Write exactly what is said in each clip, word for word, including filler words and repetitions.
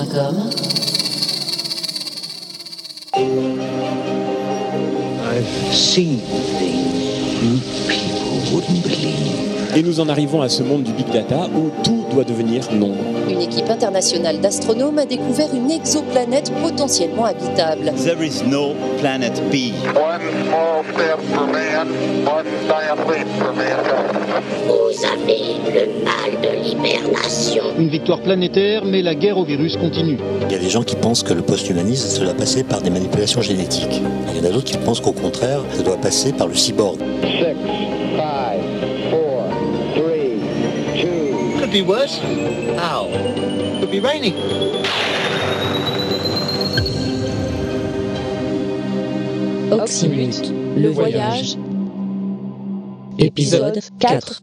point com. I've seen things you people wouldn't believe. Et nous en arrivons à ce monde du big data où tout doit devenir nombre. Une équipe internationale d'astronomes a découvert une exoplanète potentiellement habitable. There is no planet B. One small step for man, one giant leap for mankind. Vous avez le mal de l'hibernation. Une victoire planétaire, mais la guerre au virus continue. Il y a des gens qui pensent que le post-humanisme, ça doit passer par des manipulations génétiques. Il y en a d'autres qui pensent qu'au contraire, ça doit passer par le cyborg. Six, five, four, three, two. Could be worse. How? Could be raining. Oxymute, le voyage, épisode quatre.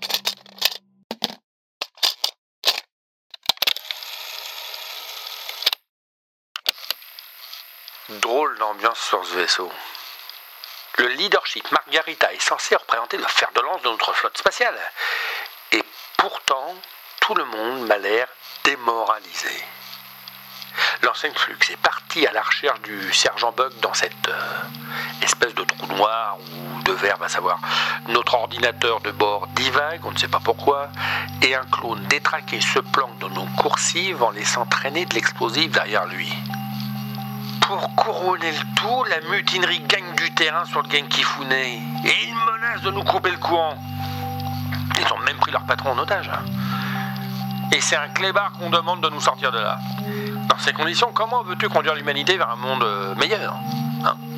Drôle d'ambiance sur ce vaisseau. Le leadership Margarita est censé représenter le fer de lance de notre flotte spatiale. Et pourtant, tout le monde m'a l'air démoralisé. L'enseigne Flux est partie à la recherche du sergent Bug dans cette euh, espèce de trou noir ou de verre, va savoir. Notre ordinateur de bord divague, on ne sait pas pourquoi, et un clone détraqué se planque dans nos coursives en laissant traîner de l'explosif derrière lui. Pour couronner le tout, la mutinerie gagne du terrain sur le Genki Fune et ils menacent de nous couper le courant. Ils ont même pris leur patron en otage. Et c'est un clébard qu'on demande de nous sortir de là. Dans ces conditions, comment veux-tu conduire l'humanité vers un monde meilleur, hein, Delta ?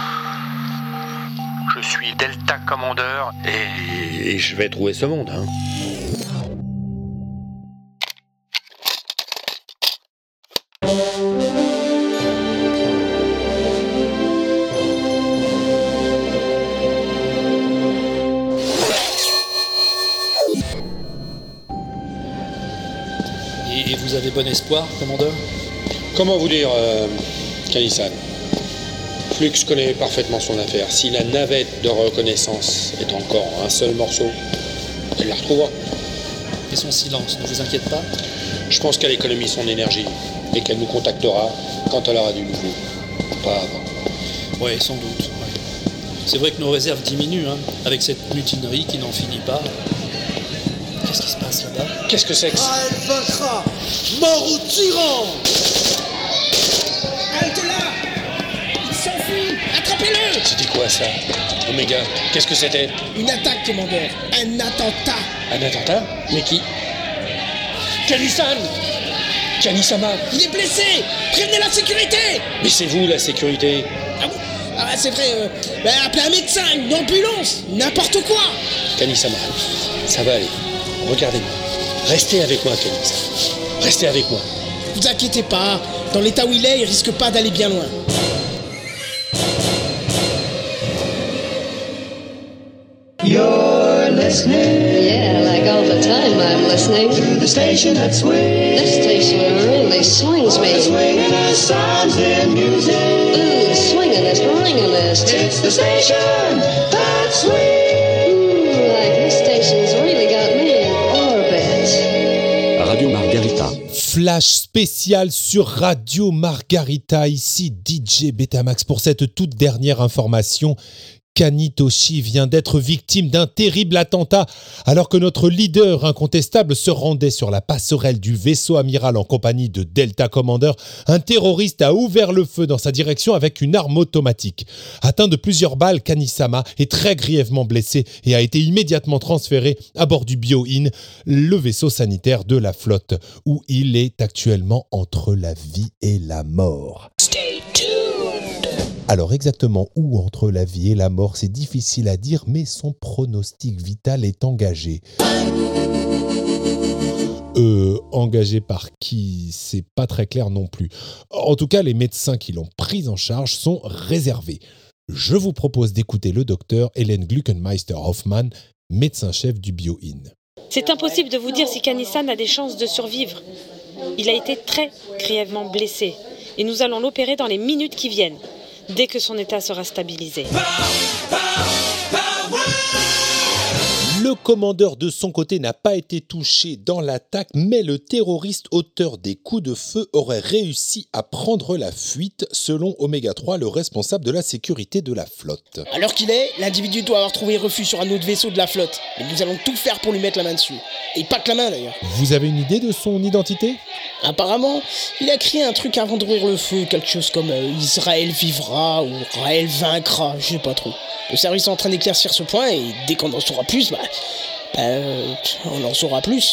Je suis Delta Commander et, et je vais trouver ce monde. Hein. Et vous avez bon espoir, commandeur ? Comment vous dire, euh, Kanisan ? Flux connaît parfaitement son affaire. Si la navette de reconnaissance est encore un seul morceau, elle la retrouvera. Et son silence ne vous inquiète pas ? Je pense qu'elle économise son énergie et qu'elle nous contactera quand elle aura du nouveau. Pas avant. Oui, sans doute. Ouais. C'est vrai que nos réserves diminuent, hein, avec cette mutinerie qui n'en finit pas. Qu'est-ce qui se passe là-bas ? Qu'est-ce que c'est que ça ? Ah, elle vaincra ! Mort au tyran ! Halte là ! Il s'enfuit ! Attrapez-le ! C'était quoi ça ? Oméga, qu'est-ce que c'était ? Une attaque, commandeur. Un attentat. Un attentat ? Mais qui ? Kanisan ! Kanisama ! Il est blessé ! Prévenez la sécurité ! Mais c'est vous la sécurité ! Ah bon ? Ah c'est vrai, euh, bah, appelez un médecin, une ambulance, n'importe quoi ! Kanisama, ça va aller. Regardez-moi. Restez avec moi, Kanis. Restez avec moi. Vous inquiétez pas. Dans l'état où il est, il risque pas d'aller bien loin. You're listening. Yeah, like all the time I'm listening. To the station that swings. This station really swings me. Swinging us sounds and music. Ooh, swingingest, ringingest. It's the station that swings. Ooh, like this station's really got me in orbit. Radio Margarita. Flash spécial sur Radio Margarita, ici D J Betamax pour cette toute dernière information. Kanitoshi vient d'être victime d'un terrible attentat alors que notre leader incontestable se rendait sur la passerelle du vaisseau amiral en compagnie de Delta Commander. Un terroriste a ouvert le feu dans sa direction avec une arme automatique. Atteint de plusieurs balles, Kanisama est très grièvement blessé et a été immédiatement transféré à bord du Bio-In, le vaisseau sanitaire de la flotte, où il est actuellement entre la vie et la mort. Stay tuned. Alors exactement où entre la vie et la mort, c'est difficile à dire, mais son pronostic vital est engagé. Euh, engagé par qui ? C'est pas très clair non plus. En tout cas, les médecins qui l'ont pris en charge sont réservés. Je vous propose d'écouter le docteur Hélène Gluckenmeister-Hoffmann, médecin-chef du Bio-In. C'est impossible de vous dire si Kanisan a des chances de survivre. Il a été très grièvement blessé et nous allons l'opérer dans les minutes qui viennent, dès que son état sera stabilisé. Le commandeur de son côté n'a pas été touché dans l'attaque, mais le terroriste auteur des coups de feu aurait réussi à prendre la fuite, selon Oméga trois, le responsable de la sécurité de la flotte. À l'heure qu'il est, l'individu doit avoir trouvé refuge sur un autre vaisseau de la flotte. Et nous allons tout faire pour lui mettre la main dessus. Et pas que la main d'ailleurs. Vous avez une idée de son identité ? Apparemment, il a crié un truc avant d'ouvrir le feu, quelque chose comme euh, Israël vivra ou Raël vaincra, je sais pas trop. Le service est en train d'éclaircir ce point et dès qu'on en saura plus, bah, bah euh, on en saura plus.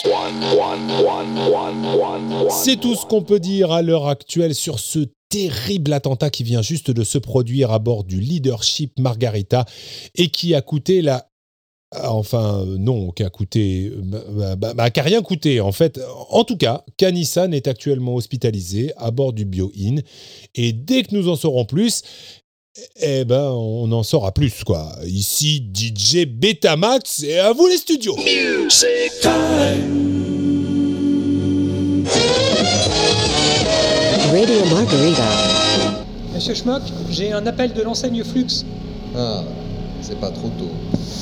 C'est tout ce qu'on peut dire à l'heure actuelle sur ce terrible attentat qui vient juste de se produire à bord du Leadership Margarita et qui a coûté la... Enfin, non, qui a coûté... Bah, bah, bah, qui a rien coûté, en fait. En tout cas, Kani-san est actuellement hospitalisé à bord du Bio-In et dès que nous en saurons plus... Eh ben, on en saura plus, quoi. Ici, D J Betamax, et à vous les studios. Music time. Radio Margarita. Monsieur Schmock, j'ai un appel de l'enseigne Flux. Ah, c'est pas trop tôt.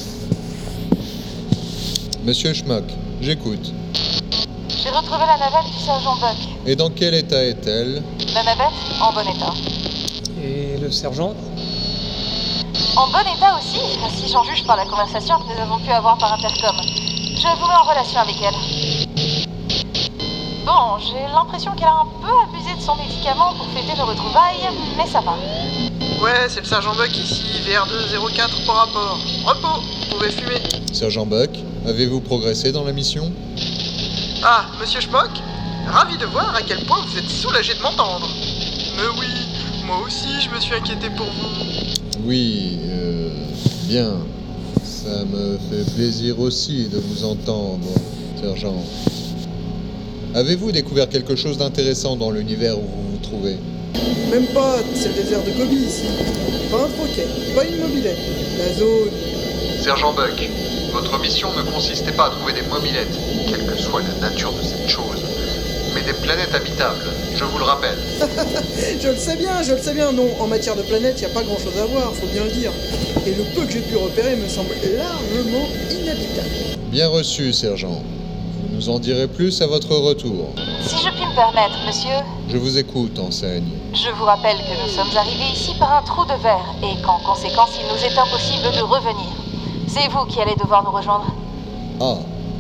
Monsieur Schmock, j'écoute. J'ai retrouvé la navette du sergent Buck. Et dans quel état est-elle ? La navette, en bon état. Et le sergent ? En bon état aussi, si j'en juge par la conversation que nous avons pu avoir par intercom. Je vous mets en relation avec elle. Bon, j'ai l'impression qu'elle a un peu abusé de son médicament pour fêter le retrouvailles, mais ça va. Ouais, c'est le sergent Buck ici, V R deux zéro quatre pour rapport. Repos, vous pouvez fumer. Sergent Buck, avez-vous progressé dans la mission ? Ah, monsieur Schmock, ravi de voir à quel point vous êtes soulagé de m'entendre. Mais oui, moi aussi je me suis inquiété pour vous. Oui, euh, bien. Ça me fait plaisir aussi de vous entendre, sergent. Avez-vous découvert quelque chose d'intéressant dans l'univers où vous vous trouvez ? Même pas, c'est le désert de Gobi ici. Pas un troquet, pas une mobilette. La zone... Sergent Buck, votre mission ne consistait pas à trouver des mobilettes, quelle que soit la nature de cette chose, mais des planètes habitables, je vous le rappelle. Je le sais bien, je le sais bien, non, en matière de planète, il n'y a pas grand-chose à voir, faut bien le dire. Et le peu que j'ai pu repérer me semble largement inhabitable. Bien reçu, sergent. Vous nous en direz plus à votre retour. Si je puis me permettre, monsieur... Je vous écoute, enseigne. Je vous rappelle que nous sommes arrivés ici par un trou de verre, et qu'en conséquence, il nous est impossible de revenir. C'est vous qui allez devoir nous rejoindre. Ah.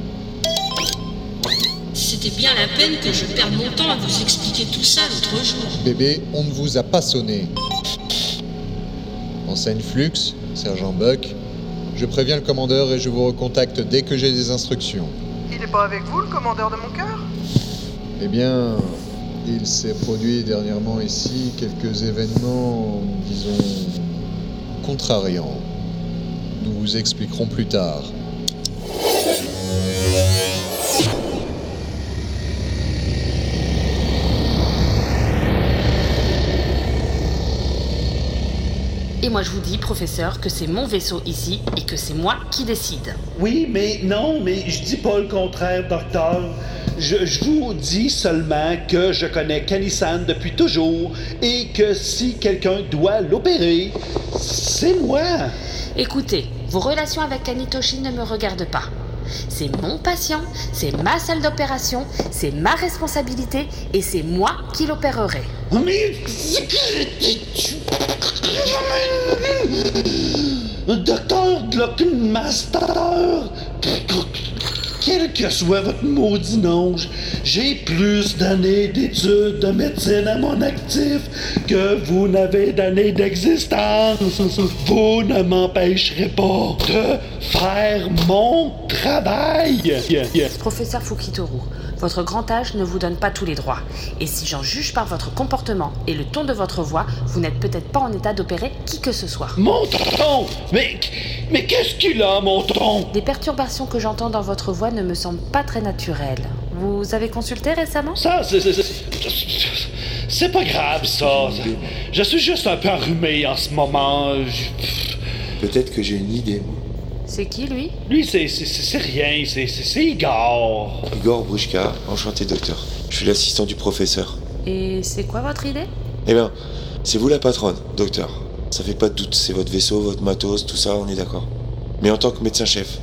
C'était bien la peine que je perde mon temps à vous expliquer tout ça l'autre jour. Bébé, on ne vous a pas sonné. Enseigne Flux, sergent Buck. Je préviens le commandeur et je vous recontacte dès que j'ai des instructions. Il n'est pas avec vous, le commandeur de mon cœur ? Eh bien, il s'est produit dernièrement ici quelques événements, disons, contrariants. Nous vous expliquerons plus tard. Et moi je vous dis, professeur, que c'est mon vaisseau ici et que c'est moi qui décide. Oui, mais non, mais je dis pas le contraire, docteur. Je, je vous dis seulement que je connais Kani-san depuis toujours et que si quelqu'un doit l'opérer, c'est moi. Écoutez, vos relations avec Kanitoshi ne me regardent pas. C'est mon patient, c'est ma salle d'opération, c'est ma responsabilité et c'est moi qui l'opérerai. Mais... Docteur Glockmaster, quel que soit votre maudit nom, j'ai plus d'années d'études de médecine à mon actif que vous n'avez d'années d'existence. Vous ne m'empêcherez pas de faire mon travail. Professeur Fukitoru, votre grand âge ne vous donne pas tous les droits. Et si j'en juge par votre comportement et le ton de votre voix, vous n'êtes peut-être pas en état d'opérer qui que ce soit. Mon ton? Mais, mais qu'est-ce qu'il a, mon ton? Les perturbations que j'entends dans votre voix ne me semblent pas très naturelles. Vous avez consulté récemment? Ça, c'est... c'est, c'est, c'est pas grave, ça. Je suis juste un peu enrhumé en ce moment. Peut-être que j'ai une idée, moi. C'est qui, lui? Lui, c'est, c'est, c'est rien, c'est, c'est, c'est Igor. Igor Brouchka, enchanté docteur. Je suis l'assistant du professeur. Et c'est quoi votre idée? Eh bien, c'est vous la patronne, docteur. Ça fait pas de doute, c'est votre vaisseau, votre matos, tout ça, on est d'accord. Mais en tant que médecin-chef,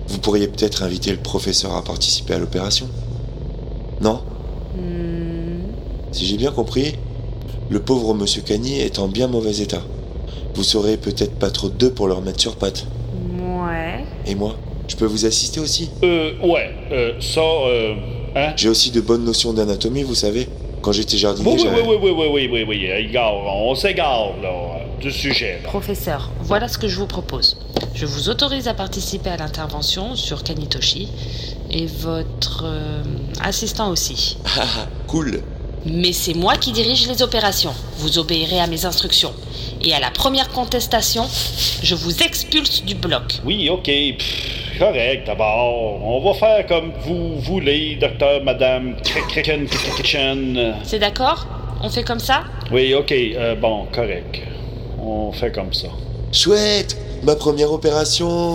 Vous pourriez peut-être inviter le professeur à participer à l'opération? Non? Hmm. Si j'ai bien compris, le pauvre monsieur Cagny est en bien mauvais état. Vous serez peut-être pas trop deux pour le remettre sur pattes. Ouais. Et moi? Je peux vous assister aussi? Euh, ouais, euh, ça, euh, hein? J'ai aussi de bonnes notions d'anatomie, vous savez. Quand j'étais jardinier, Oui, oui, j'avais... oui, oui, oui, oui, oui, oui, oui, égare, on s'égare, là, du sujet, là. Professeur, voilà ce que je vous propose. Je vous autorise à participer à l'intervention sur Kanitoshi et votre euh, assistant aussi. Ah, cool. Mais c'est moi qui dirige les opérations. Vous obéirez à mes instructions. Et à la première contestation, je vous expulse du bloc. Oui, ok, pff, correct, d'abord. On va faire comme vous voulez, docteur, madame, Kitchen. C'est d'accord? On fait comme ça? Oui, ok, euh, bon, correct. On fait comme ça. Chouette! Ma première opération!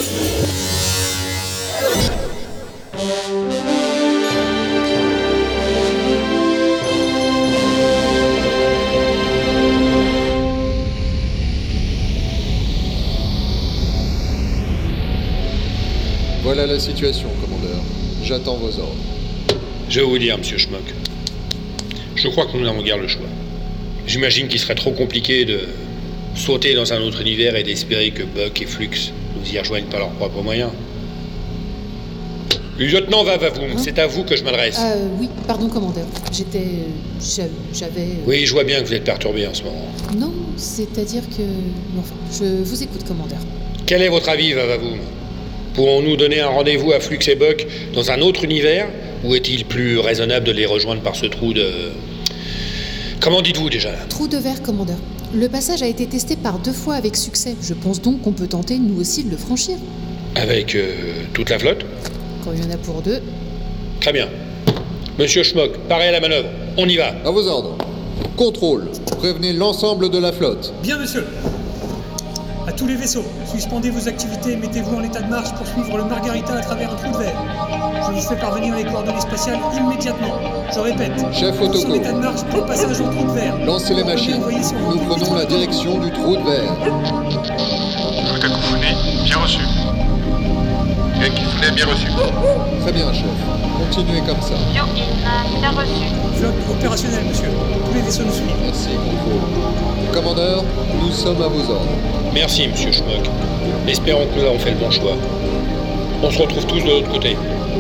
Voilà la situation, commandeur. J'attends vos ordres. Je vais vous dire, monsieur Schmock. Je crois que nous n'avons guère le choix. J'imagine qu'il serait trop compliqué de sauter dans un autre univers et d'espérer que Buck et Flux nous y rejoignent par leurs propres moyens. Lieutenant Vavavoum, Hein c'est à vous que je m'adresse. Euh, oui, pardon, commandeur. J'étais... j'a- J'avais... euh, Oui, je vois bien que vous êtes perturbé en ce moment. Non, c'est-à-dire que... Enfin, je vous écoute, commandeur. Quel est votre avis, Vavavoum? Pourrons-nous donner un rendez-vous à Flux et Buck dans un autre univers? Ou est-il plus raisonnable de les rejoindre par ce trou de... Comment dites-vous déjà? Trou de verre, commandeur. Le passage a été testé par deux fois avec succès. Je pense donc qu'on peut tenter, nous aussi, de le franchir. Avec euh, toute la flotte? Quand il y en a pour deux. Très bien. Monsieur Schmock, paré à la manœuvre. On y va. À vos ordres. Contrôle. Prévenez l'ensemble de la flotte. Bien, monsieur. À tous les vaisseaux, suspendez vos activités et mettez-vous en état de marche pour suivre le Margarita à travers un trou de verre. Je vous fais parvenir les coordonnées spatiales immédiatement. Je répète. Chef nous sommes Otoko. en état de marche pour le passage au trou de verre. Lancez les machines. Nous prenons la direction du trou de verre. Vous cacophonie, bien reçu. Cacophonie, bien reçu. Très bien, chef. Continuez comme ça. Yo-in, bien reçu. Flotte opérationnelle, monsieur. Tous les vaisseaux nous suivent. Merci, contrôle. Commandeur, nous sommes à vos ordres. Merci, monsieur Schmock. Espérons que nous avons fait le bon choix. On se retrouve tous de l'autre côté.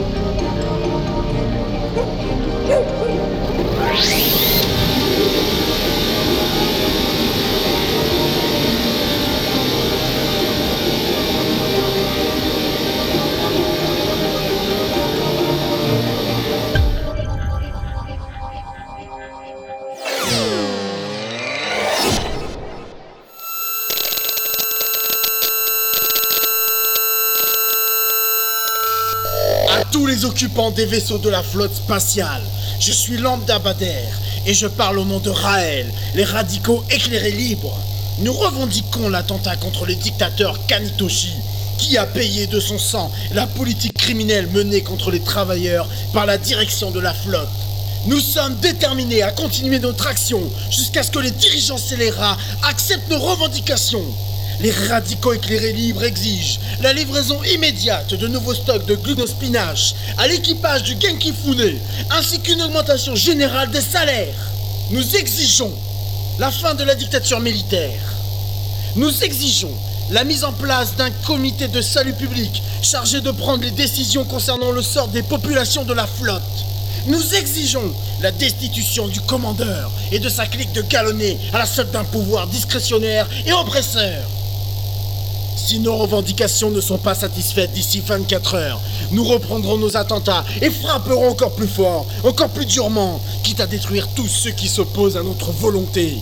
À tous les occupants des vaisseaux de la flotte spatiale, je suis Lambda Bader et je parle au nom de Raël, les radicaux éclairés libres. Nous revendiquons l'attentat contre le dictateur Kanitoshi, qui a payé de son sang la politique criminelle menée contre les travailleurs par la direction de la flotte. Nous sommes déterminés à continuer notre action jusqu'à ce que les dirigeants scélérats acceptent nos revendications. Les radicaux éclairés libres exigent la livraison immédiate de nouveaux stocks de glucospinache à l'équipage du Genki Fune, ainsi qu'une augmentation générale des salaires. Nous exigeons la fin de la dictature militaire. Nous exigeons la mise en place d'un comité de salut public chargé de prendre les décisions concernant le sort des populations de la flotte. Nous exigeons la destitution du commandeur et de sa clique de galonnés à la solde d'un pouvoir discrétionnaire et oppresseur. Si nos revendications ne sont pas satisfaites d'ici vingt-quatre heures, nous reprendrons nos attentats et frapperons encore plus fort, encore plus durement, quitte à détruire tous ceux qui s'opposent à notre volonté.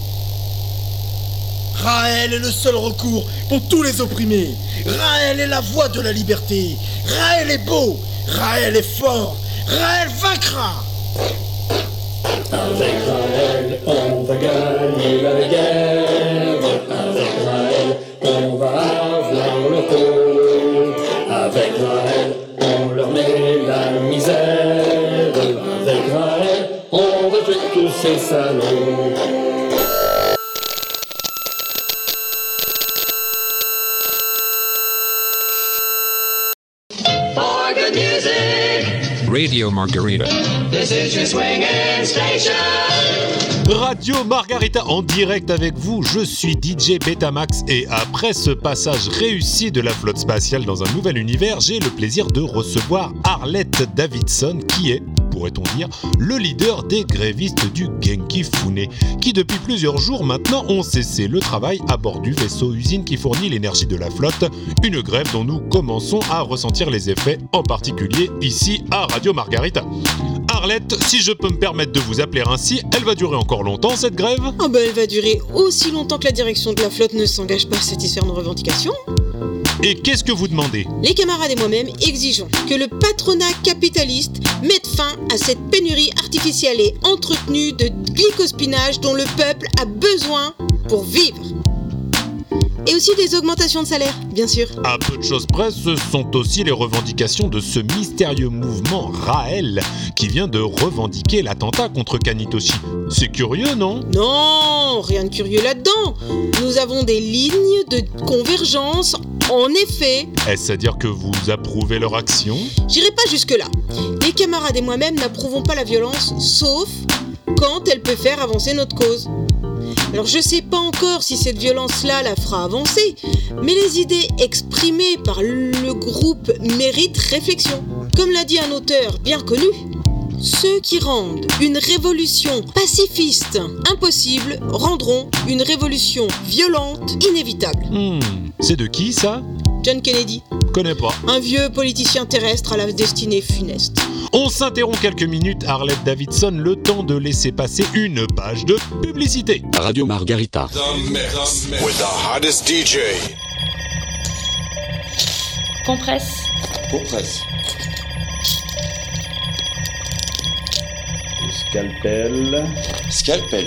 Raël est le seul recours pour tous les opprimés. Raël est la voix de la liberté. Raël est beau. Raël est fort. Raël vaincra. Avec Raël, on va gagner la guerre. Avec Raël, on va avoir le trône. Avec Raël, on leur met la misère. Avec Raël, on va tuer tous ces salauds. Radio Margarita. This is your swinging station. Radio Margarita en direct avec vous, je suis D J Betamax et après ce passage réussi de la flotte spatiale dans un nouvel univers, j'ai le plaisir de recevoir Arlette Davidson qui est, pourrait-on dire, le leader des grévistes du Genki Fune, qui depuis plusieurs jours maintenant ont cessé le travail à bord du vaisseau usine qui fournit l'énergie de la flotte, une grève dont nous commençons à ressentir les effets, en particulier ici à Radio Margarita. Arlette, si je peux me permettre de vous appeler ainsi, elle va durer encore longtemps cette grève ? Ah bah elle va durer aussi longtemps que la direction de la flotte ne s'engage pas à satisfaire nos revendications. Et qu'est-ce que vous demandez ? Les camarades et moi-même exigeons que le patronat capitaliste mette fin à cette pénurie artificielle et entretenue de glycospinage dont le peuple a besoin pour vivre. Et aussi des augmentations de salaire, bien sûr. À peu de choses près, ce sont aussi les revendications de ce mystérieux mouvement Raël qui vient de revendiquer l'attentat contre Kanitoshi. C'est curieux, non ? Non, rien de curieux là-dedans. Nous avons des lignes de convergence, en effet. Est-ce à dire que vous approuvez leur action ? J'irai pas jusque-là. Les camarades et moi-même n'approuvons pas la violence, sauf quand elle peut faire avancer notre cause. Alors je sais pas encore si cette violence-là la fera avancer, mais les idées exprimées par le groupe méritent réflexion. Comme l'a dit un auteur bien connu, ceux qui rendent une révolution pacifiste impossible rendront une révolution violente inévitable. Hmm, c'est de qui ça ? John Kennedy. Connais pas. Un vieux politicien terrestre à la destinée funeste. On s'interrompt quelques minutes, Arlette Davidson, le temps de laisser passer une page de publicité. Radio Margarita. The mix with the hottest D J. Compresse. Compresse. Scalpel. Scalpel.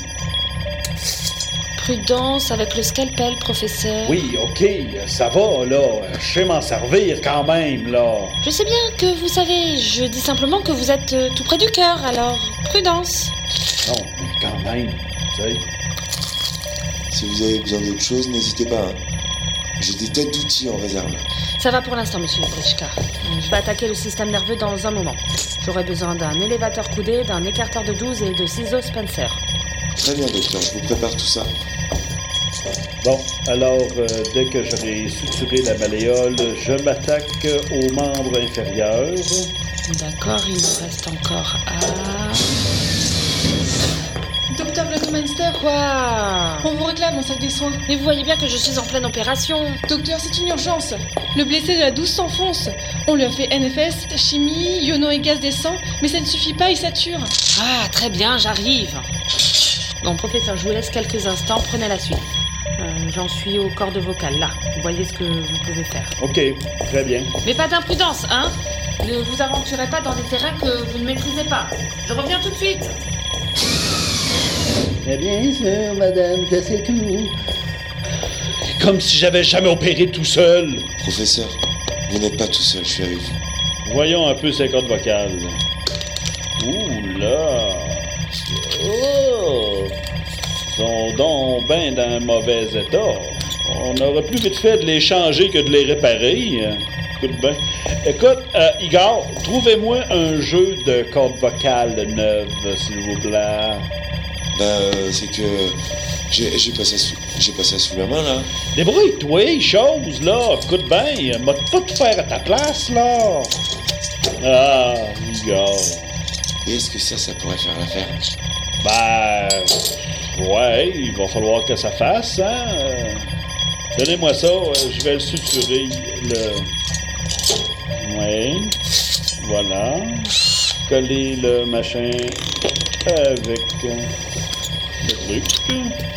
Prudence avec le scalpel, professeur. Oui, ok, ça va, là. Je sais m'en servir quand même, là. Je sais bien que vous savez, je dis simplement que vous êtes euh, tout près du cœur, alors prudence. Non, mais quand même, tu sais. Si vous avez besoin d'autre chose, n'hésitez pas. Hein. J'ai des tas d'outils en réserve. Ça va pour l'instant, monsieur Britschka. Je vais attaquer le système nerveux dans un moment. J'aurai besoin d'un élévateur coudé, d'un écarteur de douze et de ciseaux Spencer. Très bien, docteur, je vous prépare tout ça. Bon, alors, euh, dès que j'aurai suturé la malléole, je m'attaque aux membres inférieurs. D'accord, il nous reste encore à... Docteur Vladimir, quoi ? On vous réclame en salle des soins. Mais vous voyez bien que je suis en pleine opération. Docteur, c'est une urgence. Le blessé de la douze s'enfonce. On lui a fait N F S, chimie, iono et gaz des sangs, mais ça ne suffit pas, il sature. Ah, très bien, j'arrive. Bon, professeur, je vous laisse quelques instants, prenez la suite. Euh, j'en suis au corde vocal, là. Vous voyez ce que vous pouvez faire. Ok, très bien. Mais pas d'imprudence, hein ? Ne vous aventurez pas dans des terrains que vous ne maîtrisez pas. Je reviens tout de suite. Eh bien sûr, madame, que c'est tout. Comme si j'avais jamais opéré tout seul. Professeur, vous n'êtes pas tout seul, je suis avec vous. Voyons un peu ces cordes vocales. Ouh là! Oh! Ils sont donc ben dans un mauvais état. On aurait plus vite fait de les changer que de les réparer. Écoute bien. Écoute, euh, Igor, trouvez-moi un jeu de cordes vocales neuves, s'il vous plaît. Ben, euh, c'est que j'ai, j'ai, pas ça sous, j'ai pas ça sous la main, là. Débrouille-toi, chose, là. Écoute bien, m'a pas tout faire à ta place, là. Ah, Igor. Et est-ce que ça, ça pourrait faire l'affaire? Ben, ouais, il va falloir que ça fasse, hein. Donnez-moi ça, je vais le suturer, le... Ouais, voilà. Coller le machin avec le truc.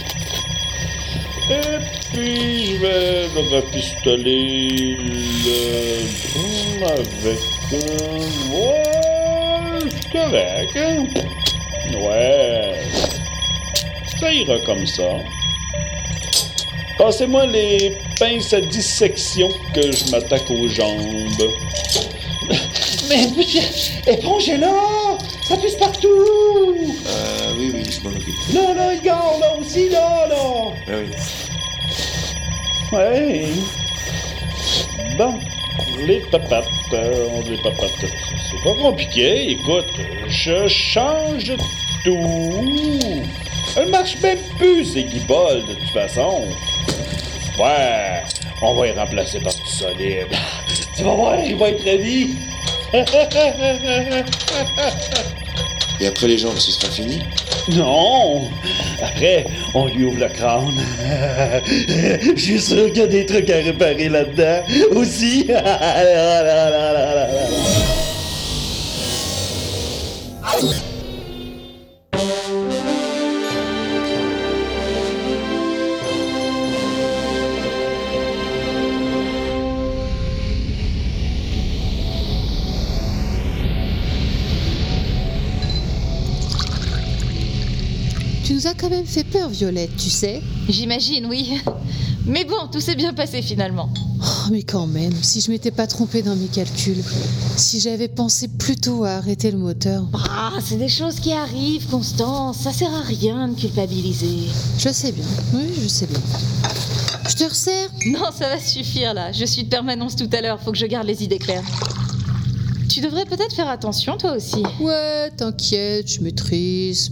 Et puis, je vais le rafistoler le... avec... Ouais, c'est correct, hein? Ouais. Ça ira comme ça. Passez-moi les pinces à dissection que je m'attaque aux jambes. Mais, épongez-la! Ça pisse partout! Euh, oui, oui, je m'en occupe. Là, là, Igor, là aussi, là, là! Ah oui. Ouais. Bon, Les papates, euh, on dit papates. C'est pas compliqué, écoute, je change tout. Elle marche même plus, ces guibolles, de toute façon. Ouais, on va y remplacer par du solide. Tu vas voir, il va être ravi. Et après les jambes, ce sera fini? Non! Après, on lui ouvre le crâne. Je suis sûr qu'il y a des trucs à réparer là-dedans aussi. Tu nous as quand même fait peur, Violette, tu sais. J'imagine, oui. Mais bon, tout s'est bien passé finalement. Oh, mais quand même, si je m'étais pas trompée dans mes calculs, si j'avais pensé plutôt à arrêter le moteur... Ah, c'est des choses qui arrivent, Constance. Ça sert à rien de culpabiliser. Je sais bien, oui, je sais bien. Je te resserre? Non, ça va suffire là. Je suis de permanence tout à l'heure, faut que je garde les idées claires. Tu devrais peut-être faire attention, toi aussi. Ouais, t'inquiète, je maîtrise...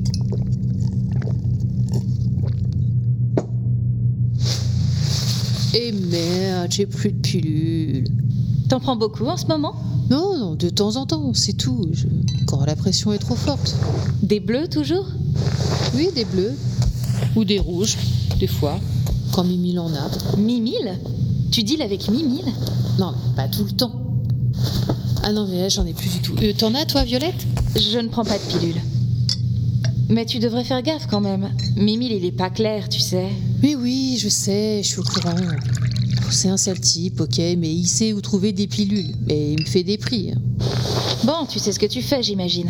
Et merde, j'ai plus de pilules. T'en prends beaucoup en ce moment? Non, non, de temps en temps, c'est tout. Je... Quand la pression est trop forte. Des bleus toujours? Oui, des bleus. Ou des rouges, des fois. Quand Mimile en a. Mimile? Tu deals avec Mimile? Non, pas tout le temps. Ah non, mais là, j'en ai plus du tout. Euh, T'en as, toi, Violette? Je ne prends pas de pilule. Mais tu devrais faire gaffe quand même. Mimile, il est pas clair, tu sais. Mais oui, je sais, je suis au courant. C'est un sale type, ok, mais il sait où trouver des pilules. Et il me fait des prix. Bon, tu sais ce que tu fais, j'imagine.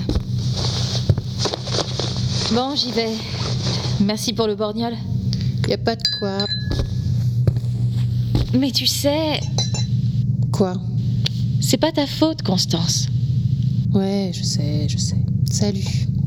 Bon, j'y vais. Merci pour le borgnole. Y a pas de quoi. Mais tu sais... Quoi? C'est pas ta faute, Constance. Ouais, je sais, je sais. Salut.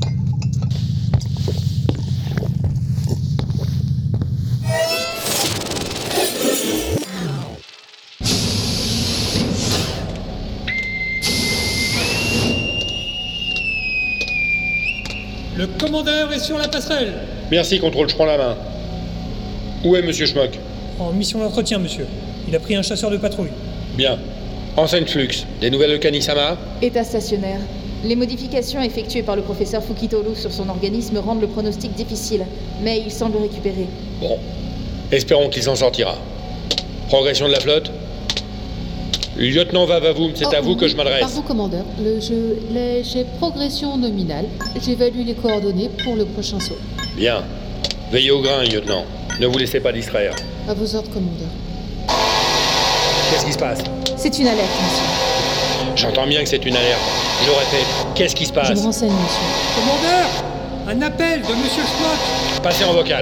Le commandeur est sur la passerelle. Merci, contrôle, je prends la main. Où est Monsieur Schmock? En mission d'entretien, monsieur. Il a pris un chasseur de patrouille. Bien. Enseigne Flux. Des nouvelles de Kani-sama? État stationnaire. Les modifications effectuées par le professeur Fukitoru sur son organisme rendent le pronostic difficile, mais il semble récupérer. Bon. Espérons qu'il s'en sortira. Progression de la flotte? Lieutenant Vavavoum, c'est oh, à vous oui, que je m'adresse. Pardon, commandeur. Le, je, les, j'ai progression nominale. J'évalue les coordonnées pour le prochain saut. Bien. Veillez au grain, lieutenant. Ne vous laissez pas distraire. À vos ordres, commandeur. Qu'est-ce qui se passe? C'est une alerte, monsieur. J'entends bien que c'est une alerte. Je répète, qu'est-ce qui se passe? Je me renseigne, monsieur. Commandeur! Un appel de Monsieur Schmock! Passez en vocal.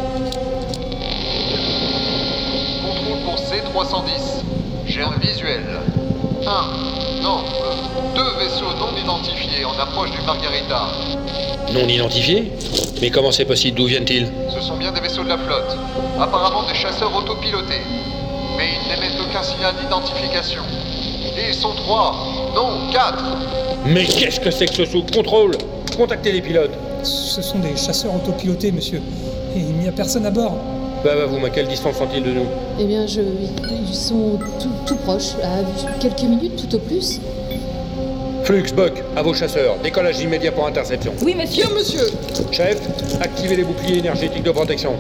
Contrôle pour C trois cent dix. J'ai un visuel. Un, non, euh, deux vaisseaux non identifiés en approche du Margarita. Non identifiés? Mais comment c'est possible? D'où viennent-ils? Ce sont bien des vaisseaux de la flotte. Apparemment des chasseurs autopilotés. Mais ils n'émettent aucun signal d'identification. Et ils sont trois, non, quatre. Mais qu'est-ce que c'est que ce sous-contrôle? Contactez les pilotes. Ce sont des chasseurs autopilotés, monsieur. Et il n'y a personne à bord. Bah, bah, vous, à quelle distance sont-ils de nous? Eh bien, je, ils sont tout, tout proches, à quelques minutes tout au plus. Flux, Buck, à vos chasseurs. Décollage immédiat pour interception. Oui, monsieur. Bien, monsieur. Chef, activez les boucliers énergétiques de protection.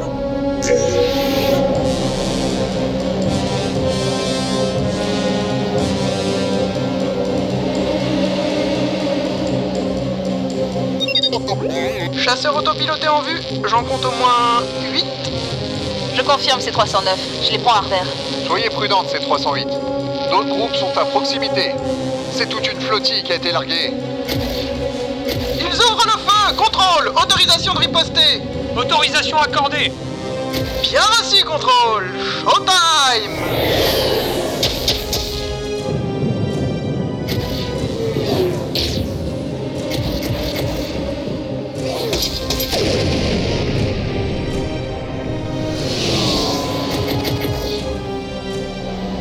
Chasseur autopiloté en vue, j'en compte au moins huit. Je confirme, c'est trois cent neuf. Je les prends à revers. Soyez prudente, C trois cent huit. D'autres groupes sont à proximité. C'est toute une flottille qui a été larguée. Ils ouvrent le feu! Contrôle! Autorisation de riposter! Autorisation accordée. Bien reçu, contrôle! Showtime!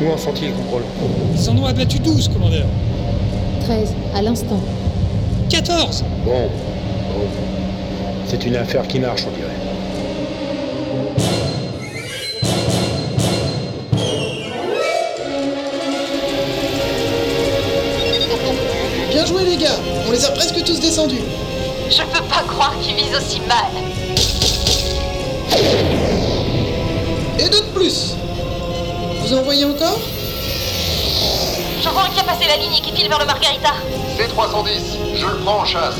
Combien sont-ils, le contrôle? Ils en ont abattu douze, commandeur. treize, à l'instant. quatorze. Bon. Bon. C'est une affaire qui marche, on dirait. Bien joué les gars, on les a presque tous descendus. Je peux pas croire qu'ils visent aussi mal. Et deux de plus. Vous en voyez encore? J'en vois un qui a passé la ligne et qui file vers le Margarita. C trois cent dix, je le prends en chasse.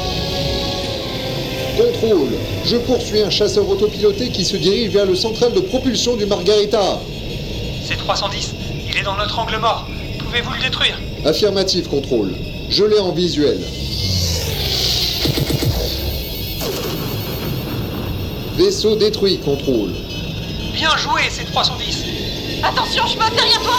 Contrôle, je poursuis un chasseur autopiloté qui se dirige vers le central de propulsion du Margarita. C'est trois cent dix, il est dans notre angle mort. Pouvez-vous le détruire? Affirmatif, contrôle. Je l'ai en visuel. Vaisseau détruit, contrôle. Bien joué, c'est trois cent dix. Attention, je me derrière toi.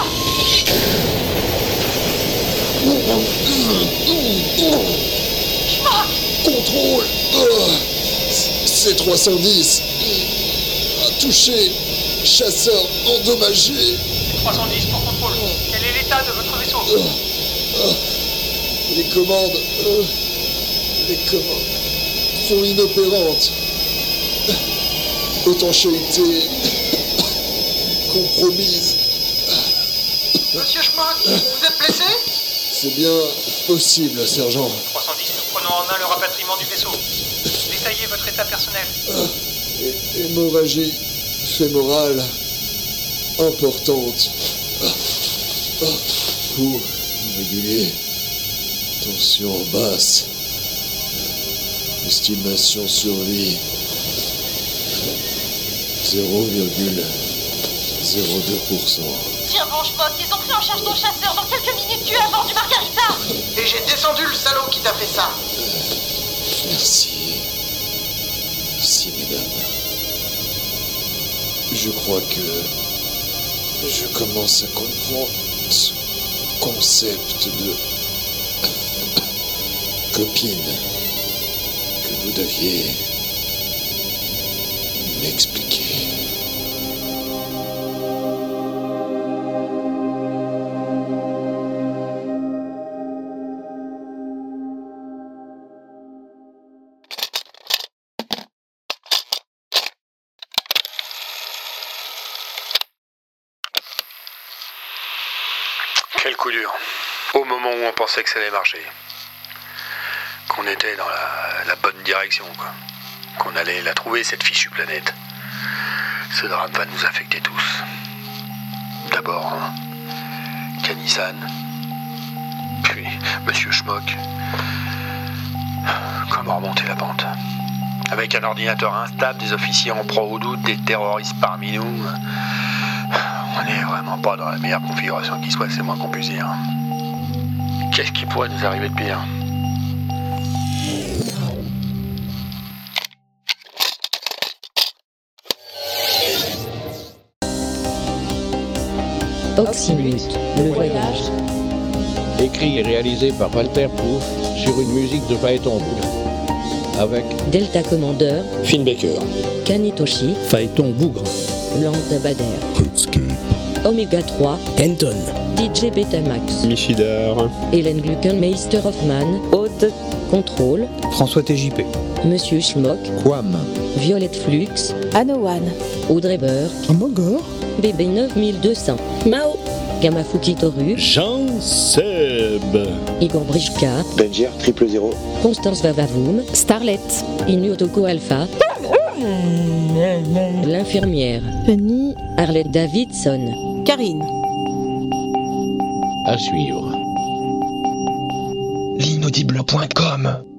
Contrôle. Oh. C trois cent dix a touché. Chasseur endommagé. trois cent dix pour contrôle. Quel est l'état de votre vaisseau? Oh. Oh. Les commandes... Oh. Les commandes sont inopérantes. Étanchéité compromise. Monsieur Schmock, vous êtes blessé? C'est bien possible, sergent. trois cent dix, nous prenons en main le rapatriement du vaisseau. Détaillez votre état personnel. Ah, hémorragie fémorale importante. Ah, ah, pouls irrégulier. Tension basse. Estimation survie. zéro virgule zéro deux pour cent. Tiens bon, Schmock, ils ont pris en charge ton chasseur. Dans quelques minutes, tu es à bord du Margarita. Et j'ai descendu le salaud qui t'a fait ça. Merci. Merci, mesdames. Je crois que je commence à comprendre ce concept de copine que vous deviez m'expliquer. Quel coup dur. Au moment où on pensait que ça allait marcher. Qu'on était dans la, la bonne direction, quoi. Qu'on allait la trouver, cette fichue planète. Ce drame va nous affecter tous. D'abord, hein, Kani-san, puis Monsieur Schmock. Comment remonter la pente? Avec un ordinateur instable, des officiers en proie au doute, des terroristes parmi nous. On n'est vraiment pas dans la meilleure configuration qui soit, c'est moins qu'on puisse dire. Qu'est-ce qui pourrait nous arriver de pire? Oxymute, le voyage. Écrit et réalisé par Walter Proof sur une musique de Phaéton Bougre. Avec Delta Commander, Finn Baker, Kanitoshi, Phaéton Bougre, Lambda Bader, Redscape, Omega trois, Anton, D J Betamax, Michidar, Hélène Gluckenmeister Hoffman, Aude, Contrôle, François T J P, Monsieur Schmock, Quam, Violette Flux, Anowan, Audrey Burke, Amogor, B B neuf mille deux cents, Mao, Gamafuki Toru, Jean Seb, Igor Brichka, Benjer triple zéro, Constance Vavavoum, Starlet, Inuotoko Alpha, l'infirmière, Penny, Arlette Davidson, Karine. à suivre. L'inaudible point com